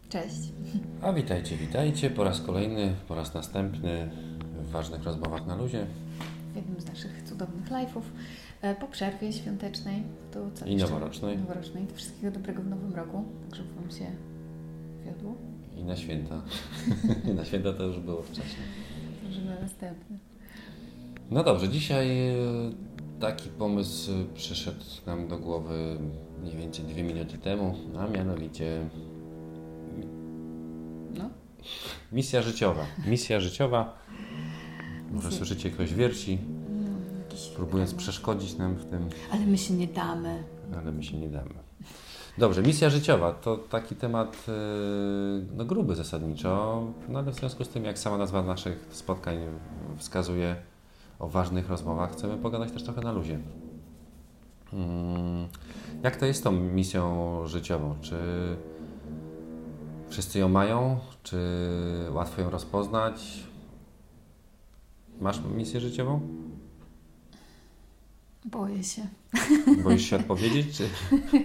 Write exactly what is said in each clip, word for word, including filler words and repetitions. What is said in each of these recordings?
Cześć. A witajcie, witajcie po raz kolejny, po raz następny w ważnych rozmowach na luzie. W jednym z naszych cudownych live'ów po przerwie świątecznej to co I noworocznej. noworocznej. To wszystkiego dobrego w nowym roku, tak żeby Wam się wiodło. I na święta. I na święta to już było wcześniej. Może na następny. No dobrze, dzisiaj taki pomysł przyszedł nam do głowy mniej więcej dwie minuty temu, a mianowicie No. misja życiowa. Misja życiowa. Może Misja. słyszycie, ktoś wierci, No, jakiś próbując temat. przeszkodzić nam w tym. Ale my się nie damy. Ale my się nie damy. Dobrze, misja życiowa to taki temat no, gruby zasadniczo, no ale w związku z tym, jak sama nazwa naszych spotkań wskazuje, o ważnych rozmowach, chcemy pogadać też trochę na luzie. Hmm. Jak to jest z tą misją życiową? Czy wszyscy ją mają? Czy łatwo ją rozpoznać? Masz misję życiową? Boję się. Boisz się odpowiedzieć? Czy...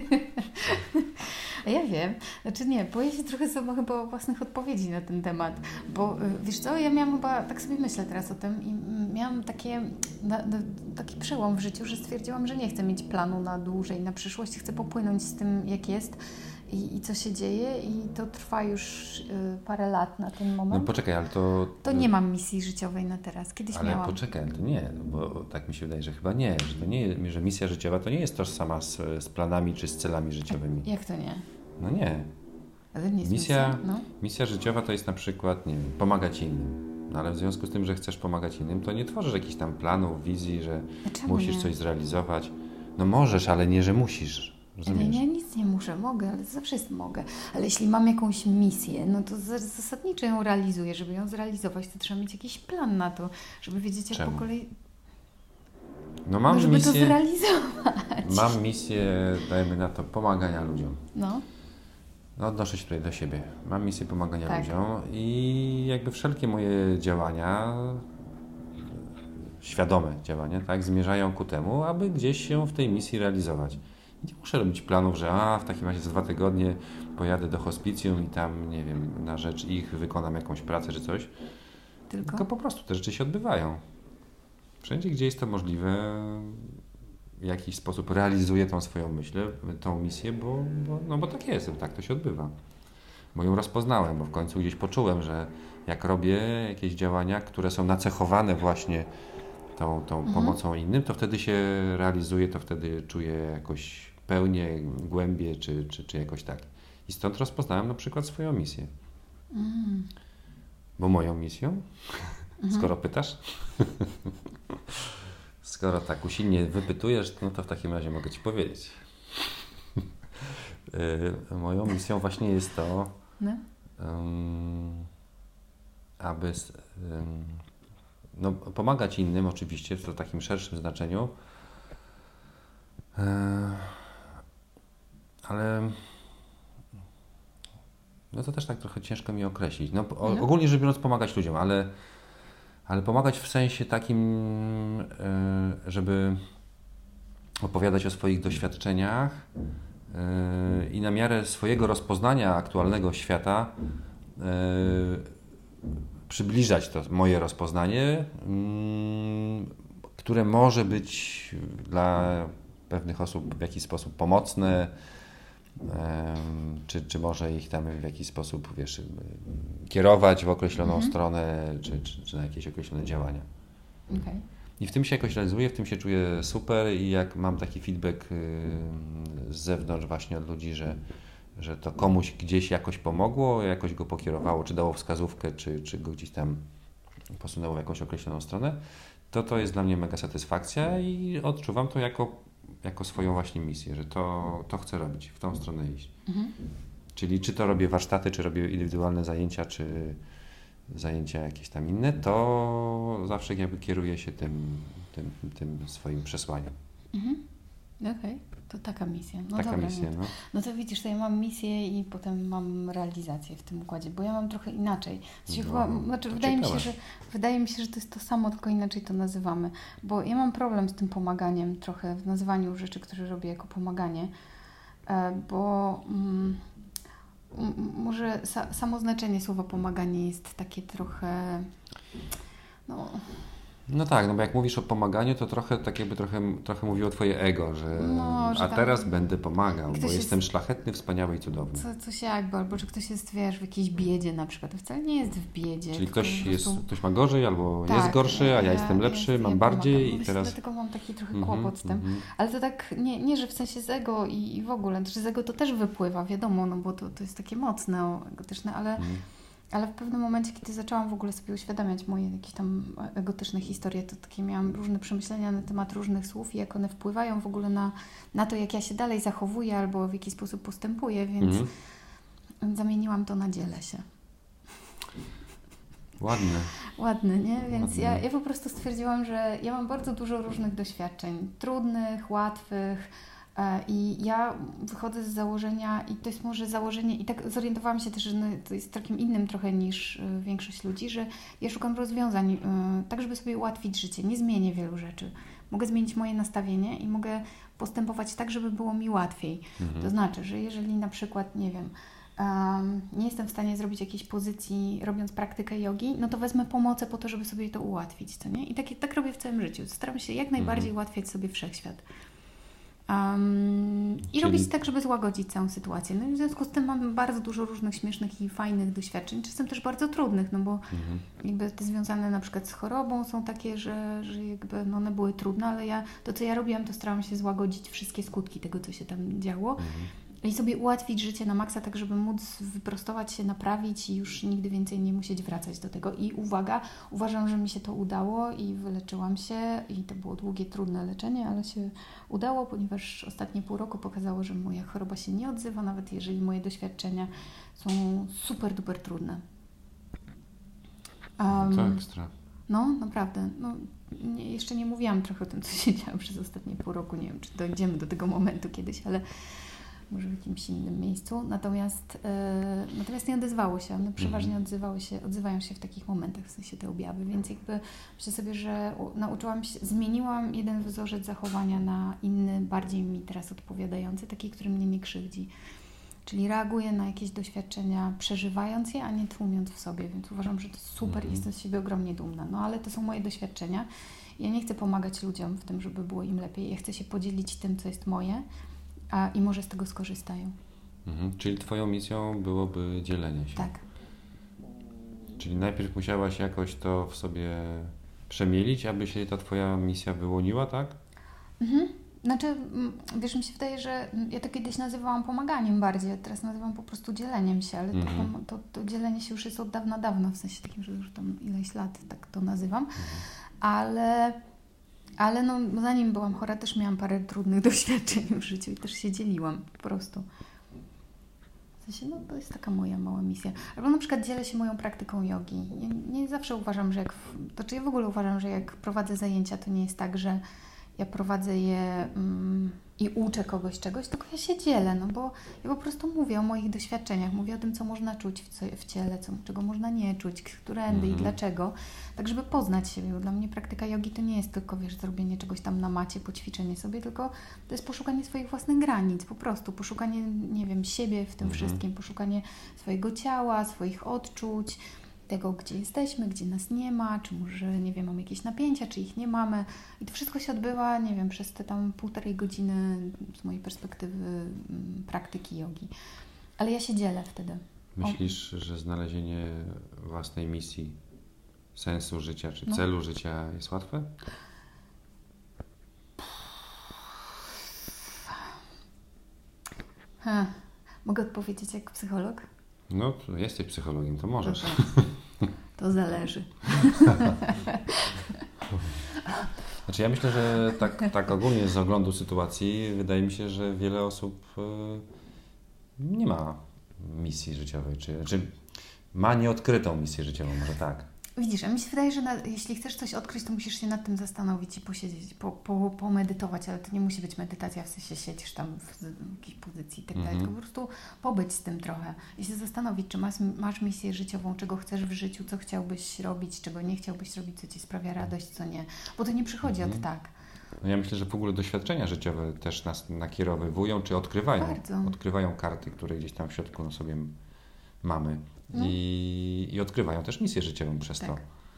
A ja wiem, znaczy nie, boję się trochę sama chyba własnych odpowiedzi na ten temat, bo wiesz co, ja miałam chyba, tak sobie myślę teraz o tym i miałam takie, na, na, taki przełom w życiu, że stwierdziłam, że nie chcę mieć planu na dłużej, na przyszłość, chcę popłynąć z tym, jak jest i, i co się dzieje i to trwa już y, parę lat na ten moment. No poczekaj, ale to... To nie mam misji życiowej na teraz, kiedyś ale miałam. Ale poczekaj, to nie, no bo tak mi się wydaje, że chyba nie, że to nie, że misja życiowa to nie jest tożsama z, z planami czy z celami życiowymi. Jak to nie? No nie. Ale nie jest misja, misja, no. misja życiowa to jest na przykład, nie wiem, pomagać innym. No ale w związku z tym, że chcesz pomagać innym, to nie tworzysz jakichś tam planów, wizji, że musisz nie? coś zrealizować. No możesz, ale nie, że musisz. Rozumiesz? Ja, ja nic nie muszę, mogę, ale zawsze jest mogę. Ale jeśli mam jakąś misję, no to zasadniczo ją realizuję. Żeby ją zrealizować, to trzeba mieć jakiś plan na to, żeby wiedzieć, jak Czemu? po kolei... No mam no, żeby misję... to zrealizować. Mam misję, dajmy na to, pomagania ludziom. No. No odnoszę się tutaj do siebie. Mam misję pomagania Tak. ludziom i jakby wszelkie moje działania, świadome działania, tak, zmierzają ku temu, aby gdzieś się w tej misji realizować. Nie muszę robić planów, że a, w takim razie za dwa tygodnie pojadę do hospicjum i tam, nie wiem, na rzecz ich wykonam jakąś pracę czy coś. Tylko? Tylko po prostu te rzeczy się odbywają. Wszędzie, gdzie jest to możliwe, w jakiś sposób realizuję tą swoją myśl, tą misję, bo, bo, no bo tak jest, tak to się odbywa. Bo ją rozpoznałem, bo w końcu gdzieś poczułem, że jak robię jakieś działania, które są nacechowane właśnie tą, tą mhm. pomocą innym, to wtedy się realizuje, to wtedy czuję jakoś pełnię, głębię, czy, czy, czy jakoś tak. I stąd rozpoznałem na przykład swoją misję. Mm. Bo moją misją, mhm. skoro pytasz, skoro tak usilnie wypytujesz, no to w takim razie mogę Ci powiedzieć. Yy, moją misją właśnie jest to, no. um, aby um, no, pomagać innym oczywiście w takim szerszym znaczeniu, yy, ale no to też tak trochę ciężko mi określić. No, o, no. Ogólnie rzecz biorąc pomagać ludziom, ale Ale pomagać w sensie takim, żeby opowiadać o swoich doświadczeniach i na miarę swojego rozpoznania aktualnego świata przybliżać to moje rozpoznanie, które może być dla pewnych osób w jakiś sposób pomocne, Czy, czy może ich tam w jakiś sposób, wiesz, kierować w określoną mhm. stronę, czy, czy, czy na jakieś określone działania. Okay. I w tym się jakoś realizuję, w tym się czuję super i jak mam taki feedback z zewnątrz właśnie od ludzi, że, że to komuś gdzieś jakoś pomogło, jakoś go pokierowało, czy dało wskazówkę, czy, czy go gdzieś tam posunęło w jakąś określoną stronę, to to jest dla mnie mega satysfakcja i odczuwam to jako jako swoją właśnie misję, że to, to chcę robić, w tą stronę iść. Mhm. Czyli czy to robię warsztaty, czy robię indywidualne zajęcia, czy zajęcia jakieś tam inne, to zawsze jakby kieruję się tym, tym, tym swoim przesłaniem. Mhm. Okej, okay. To taka misja. No taka dobra, misja, no. no. No to widzisz, to ja mam misję i potem mam realizację w tym układzie, bo ja mam trochę inaczej. To się no, chyba, znaczy wydaje mi się, że wydaje mi się, że to jest to samo, tylko inaczej to nazywamy. Bo ja mam problem z tym pomaganiem trochę, w nazywaniu rzeczy, które robię jako pomaganie, bo mm, m- może sa, samo znaczenie słowa pomaganie jest takie trochę, no... No tak, no bo jak mówisz o pomaganiu, to trochę tak jakby trochę, trochę mówiło twoje ego, że, No, że a tam teraz będę pomagał, bo ktoś jestem jest- szlachetny, wspaniały i cudowny. Co, coś jakby, albo że ktoś jest, wiesz, w jakiejś biedzie na przykład. Wcale nie jest w biedzie. Czyli tylko ktoś, po jest, prostu- ktoś ma gorzej albo Tak, jest gorszy, a ja, ja- jestem lepszy, jest- mam ja bardziej pomagam. i Myślę, teraz... Dlatego mam taki trochę Mhm, kłopot z tym. mhm. Ale to tak, nie, nie że w sensie z ego i, i w ogóle, że z ego to też wypływa, wiadomo, no bo to, to jest takie mocne, egotyczne, ale, Mhm. ale w pewnym momencie, kiedy zaczęłam w ogóle sobie uświadamiać moje jakieś tam egotyczne historie, to takie miałam różne przemyślenia na temat różnych słów i jak one wpływają w ogóle na, na to, jak ja się dalej zachowuję albo w jaki sposób postępuję, więc Mhm. zamieniłam to na dzielę się. Ładne. Ładny, nie? Więc Ładny. ja, ja po prostu stwierdziłam, że ja mam bardzo dużo różnych doświadczeń, trudnych, łatwych e, i ja wychodzę z założenia i to jest może założenie i tak zorientowałam się też, że no, to jest takim innym trochę niż e, większość ludzi, że ja szukam rozwiązań e, tak, żeby sobie ułatwić życie. Nie zmienię wielu rzeczy. Mogę zmienić moje nastawienie i mogę postępować tak, żeby było mi łatwiej. Mhm. To znaczy, że jeżeli na przykład, nie wiem, Um, nie jestem w stanie zrobić jakiejś pozycji robiąc praktykę jogi, no to wezmę pomocę po to, żeby sobie to ułatwić, co nie? I tak, tak robię w całym życiu. Staram się jak najbardziej Mhm. ułatwiać sobie wszechświat. Um, I Czyli- robić tak, żeby złagodzić całą sytuację. No i w związku z tym mam bardzo dużo różnych śmiesznych i fajnych doświadczeń, czasem też bardzo trudnych, no bo Mhm. jakby te związane na przykład z chorobą są takie, że, że jakby no one były trudne, ale ja, to co ja robiłam, to starałam się złagodzić wszystkie skutki tego, co się tam działo. Mhm. I sobie ułatwić życie na maksa, tak żeby móc wyprostować się, naprawić i już nigdy więcej nie musieć wracać do tego. I uwaga, uważam, że mi się to udało i wyleczyłam się i to było długie, trudne leczenie, ale się udało, ponieważ ostatnie pół roku pokazało, że moja choroba się nie odzywa, nawet jeżeli moje doświadczenia są super, duper trudne. Um, To ekstra. no, naprawdę. No, nie, jeszcze nie mówiłam trochę o tym, co się działo przez ostatnie pół roku. Nie wiem, czy dojdziemy do tego momentu kiedyś, ale może w jakimś innym miejscu. Natomiast, yy, natomiast nie odezwało się. One przeważnie odzywały się, odzywają się w takich momentach, w sensie te objawy. Więc jakby myślę sobie, że u, nauczyłam się, zmieniłam jeden wzorzec zachowania na inny, bardziej mi teraz odpowiadający, taki, który mnie nie krzywdzi. Czyli reaguję na jakieś doświadczenia, przeżywając je, a nie tłumiąc w sobie. Więc uważam, że to super, Mhm. jestem z siebie ogromnie dumna. No ale to są moje doświadczenia. Ja nie chcę pomagać ludziom w tym, żeby było im lepiej. Ja chcę się podzielić tym, co jest moje, a i może z tego skorzystają. Mhm. Czyli twoją misją byłoby dzielenie się. Tak. Czyli najpierw musiałaś jakoś to w sobie przemielić, aby się ta twoja misja wyłoniła, tak? Mhm. Znaczy, mm, wiesz, mi się wydaje, że ja to kiedyś nazywałam pomaganiem bardziej, a teraz nazywam po prostu dzieleniem się, ale Mhm. to, pom- to, to dzielenie się już jest od dawna, dawna, w sensie takim, że już tam ileś lat tak to nazywam, ale, ale no, zanim byłam chora, też miałam parę trudnych doświadczeń w życiu i też się dzieliłam po prostu. W sensie, no to jest taka moja mała misja. Albo na przykład dzielę się moją praktyką jogi. Nie, nie zawsze uważam, że jak, w- to czy ja w ogóle uważam, że jak prowadzę zajęcia, to nie jest tak, że ja prowadzę je mm, i uczę kogoś czegoś, tylko ja się dzielę, no bo ja po prostu mówię o moich doświadczeniach, mówię o tym, co można czuć w, co, w ciele, co, czego można nie czuć, którędy i Mhm. dlaczego, tak żeby poznać siebie, bo dla mnie praktyka jogi to nie jest tylko, wiesz, zrobienie czegoś tam na macie, poćwiczenie sobie, tylko to jest poszukanie swoich własnych granic, po prostu, poszukanie, nie wiem, siebie w tym Mhm. wszystkim, poszukanie swojego ciała, swoich odczuć, tego, gdzie jesteśmy, gdzie nas nie ma, czy może, nie wiem, mamy jakieś napięcia, czy ich nie mamy. I to wszystko się odbywa, nie wiem, przez te tam półtorej godziny z mojej perspektywy mm, praktyki jogi. Ale ja się dzielę wtedy. Myślisz, że znalezienie własnej misji, sensu życia, czy No. celu życia jest łatwe? Ha. Mogę odpowiedzieć jak psycholog? No, to jesteś psychologiem, to możesz. To, to zależy. Znaczy ja myślę, że tak, tak ogólnie z oglądu sytuacji wydaje mi się, że wiele osób e, nie ma misji życiowej, czy, czy ma nieodkrytą misję życiową, może tak. Widzisz, a mi się wydaje, że na, jeśli chcesz coś odkryć, to musisz się nad tym zastanowić i posiedzieć, po, po, pomedytować, ale to nie musi być medytacja, w sensie siedzisz tam w, w jakiejś pozycji i tak dalej, Mhm. tylko po prostu pobyć z tym trochę i się zastanowić, czy masz, masz misję życiową, czego chcesz w życiu, co chciałbyś robić, czego nie chciałbyś robić, co Ci sprawia radość, co nie, bo to nie przychodzi Mhm. od tak. No ja myślę, że w ogóle doświadczenia życiowe też nas nakierowywują, czy odkrywają. Bardzo. Odkrywają karty, które gdzieś tam w środku sobie mamy. No. I, I odkrywają też misję życiową przez Tak. to.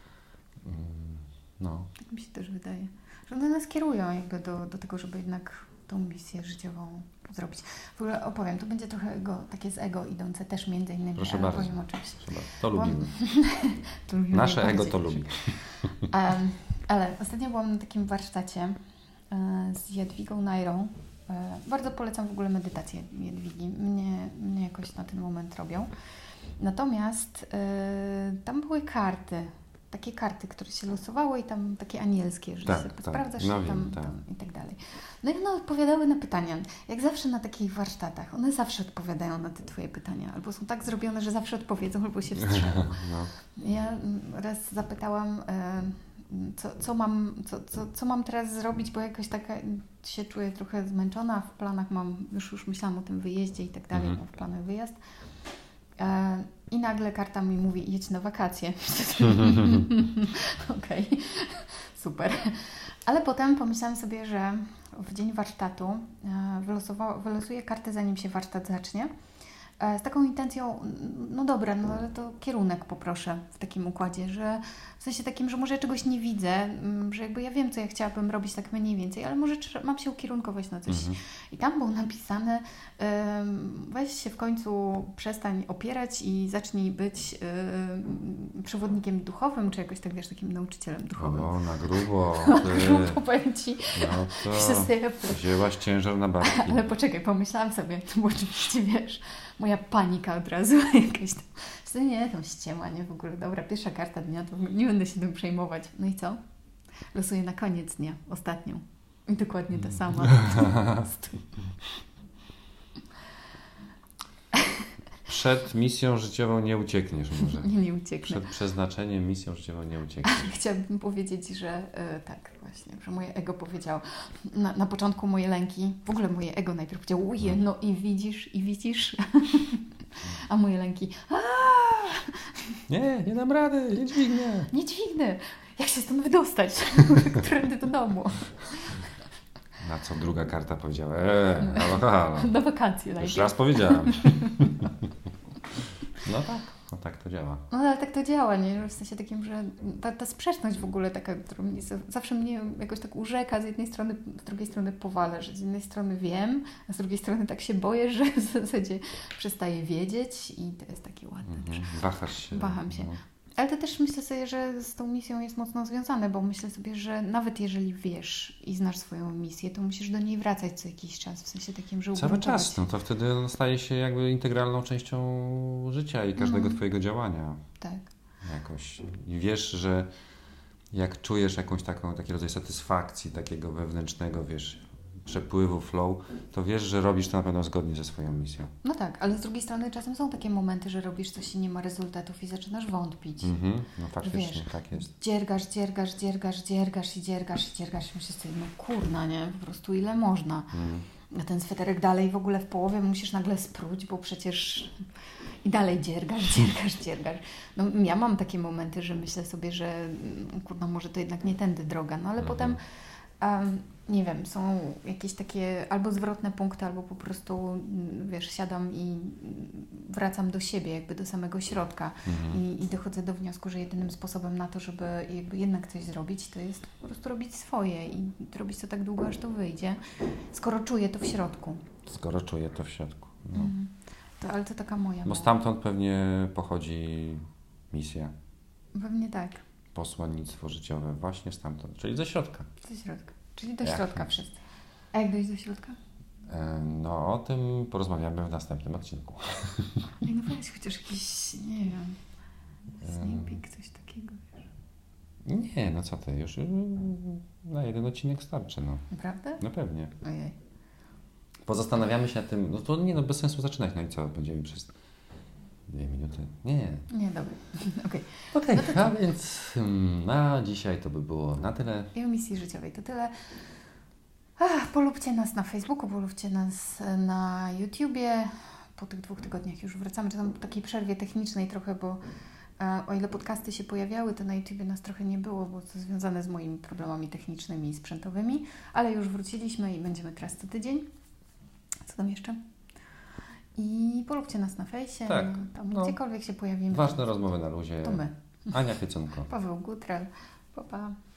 No. Tak mi się też wydaje. Że one nas kierują jakby do, do tego, żeby jednak tą misję życiową zrobić. W ogóle opowiem, to będzie trochę ego, takie z ego idące też między innymi. Proszę ale bardzo. Opowiem oczywiście. Proszę bardzo. To lubimy. To lubimy Nasze ego najbardziej. to lubi. Um, ale ostatnio byłam na takim warsztacie e, z Jadwigą Najrą. E, bardzo polecam w ogóle medytację Jadwigi. Mnie, mnie jakoś na ten moment robią. Natomiast e, tam były karty. Takie karty, które się losowały i tam takie anielskie, że Tak, sobie tak. sprawdzasz No i, wiem, tam, tak. tam i tak dalej. No i one odpowiadały na pytania. Jak zawsze na takich warsztatach, one zawsze odpowiadają na te Twoje pytania. Albo są tak zrobione, że zawsze odpowiedzą, albo się wstrzymają. No. Ja mm, raz zapytałam, e, co, co, mam, co, co, co mam teraz zrobić, bo jakoś taka się czuję trochę zmęczona. W planach mam, już, już myślałam o tym wyjeździe i tak dalej, Mhm. mam w planach wyjazd. E, I nagle karta mi mówi, jedź na wakacje. Okej, okay. Super. Ale potem pomyślałam sobie, że w dzień warsztatu e, wylosowa- wylosuję kartę, zanim się warsztat zacznie. E, z taką intencją, no dobra, no ale to kierunek poproszę w takim układzie, że w sensie takim, że może ja czegoś nie widzę, m, że jakby ja wiem, co ja chciałabym robić tak mniej więcej, ale może trze- mam się ukierunkować na coś. Mhm. I tam było napisane, ym, weź się w końcu przestań opierać i zacznij być ym, przewodnikiem duchowym, czy jakoś tak, wiesz, takim nauczycielem duchowym. O, na grubo. To powiem Ci, No to myślę sobie, wzięłaś ciężar na barki. ale poczekaj, pomyślałam sobie, to było oczywiście, wiesz, moja panika od razu jakaś tam. Myślę, nie, tam ściema, nie, w ogóle, dobra, pierwsza karta dnia, to nie będę się tym przejmować. No i co? Losuję na koniec dnia, ostatnią. I dokładnie ta sama. Przed misją życiową nie uciekniesz może. Nie, nie ucieknę. Przed przeznaczeniem, misją życiową nie uciekniesz. Chciałabym powiedzieć, że e, tak właśnie, że moje ego powiedziało, na, na początku moje lęki, w ogóle moje ego najpierw powiedziało, uje, no i widzisz, i widzisz, a moje lęki, aaa, Nie, nie dam rady, nie dźwignę. nie dźwignę, jak się stąd wydostać, którędy do domu. Na co druga karta powiedziała, eee, halo, halo. Na wakacje Już najpierw. raz powiedziałam. No tak, no tak to działa. No ale tak to działa, nie? W sensie takim, że ta, ta sprzeczność w ogóle taka, która mnie, zawsze mnie jakoś tak urzeka, z jednej strony, z drugiej strony powala, że z jednej strony wiem, a z drugiej strony tak się boję, że w zasadzie przestaję wiedzieć i to jest takie ładne też. Mhm. Wahasz się. Waham się. No. Ale to też myślę sobie, że z tą misją jest mocno związane, bo myślę sobie, że nawet jeżeli wiesz i znasz swoją misję, to musisz do niej wracać co jakiś czas, w sensie takim, że Cały ugruntować. czas, no to wtedy on staje się jakby integralną częścią życia i każdego No. Twojego działania Tak. jakoś. I wiesz, że jak czujesz jakąś taką, taki rodzaj satysfakcji, takiego wewnętrznego, wiesz, przepływu, flow, to wiesz, że robisz to na pewno zgodnie ze swoją misją. No tak, ale z drugiej strony czasem są takie momenty, że robisz coś i nie ma rezultatów i zaczynasz wątpić. Mhm. No faktycznie, Wiesz, tak jest. Dziergasz, dziergasz, dziergasz, dziergasz i dziergasz i dziergasz. Myślisz sobie, no kurna, nie? Po prostu ile można. Mhm. A ten sweterek dalej w ogóle w połowie musisz nagle spróć, bo przecież i dalej dziergasz, dziergasz, dziergasz. No ja mam takie momenty, że myślę sobie, że mm, kurna, może to jednak nie tędy droga, no ale Mhm. potem um, nie wiem, są jakieś takie albo zwrotne punkty, albo po prostu mm, wiesz, siadam i mm, wracam do siebie, jakby do samego środka Mhm. i, i dochodzę do wniosku, że jedynym sposobem na to, żeby jakby jednak coś zrobić, to jest po prostu robić swoje i robić to tak długo, aż to wyjdzie, skoro czuję to w środku. Skoro czuję to w środku. No. Mhm. To, ale to taka moja Bo mowa. stamtąd pewnie pochodzi misja, Pewnie tak, posłannictwo życiowe, właśnie stamtąd, czyli ze środka. ze środka. Czyli do Jak środka myślisz? wszyscy. A jak dojść do środka? E, No, o tym porozmawiamy w następnym odcinku. Ej, no weź chociaż jakiś, nie wiem, sneak peek, coś takiego, wiesz. Nie, no co ty, już y, na jeden odcinek starczy, no. Naprawdę? No pewnie. Ojej. Pozastanawiamy się nad tym, no to nie, no bez sensu zaczynać, no i co, będziemy przez dwie minuty? Nie. Nie, dobra. Okej. Okej, No to a więc mm, na dzisiaj to by było na tyle. I o misji życiowej to tyle. Ach, polubcie nas na Facebooku, polubcie nas na YouTubie. Po tych dwóch tygodniach już wracamy, czy tam po takiej przerwie technicznej trochę, bo O ile podcasty się pojawiały, to na YouTubie nas trochę nie było, bo to związane z moimi problemami technicznymi i sprzętowymi, ale już wróciliśmy i będziemy teraz co tydzień. Co tam jeszcze? I polubcie nas na fejsie, tak, tam no, gdziekolwiek się pojawimy. Ważne rozmowy na luzie. To my. Ania Piecunko. Paweł Gutrel. Pa, pa.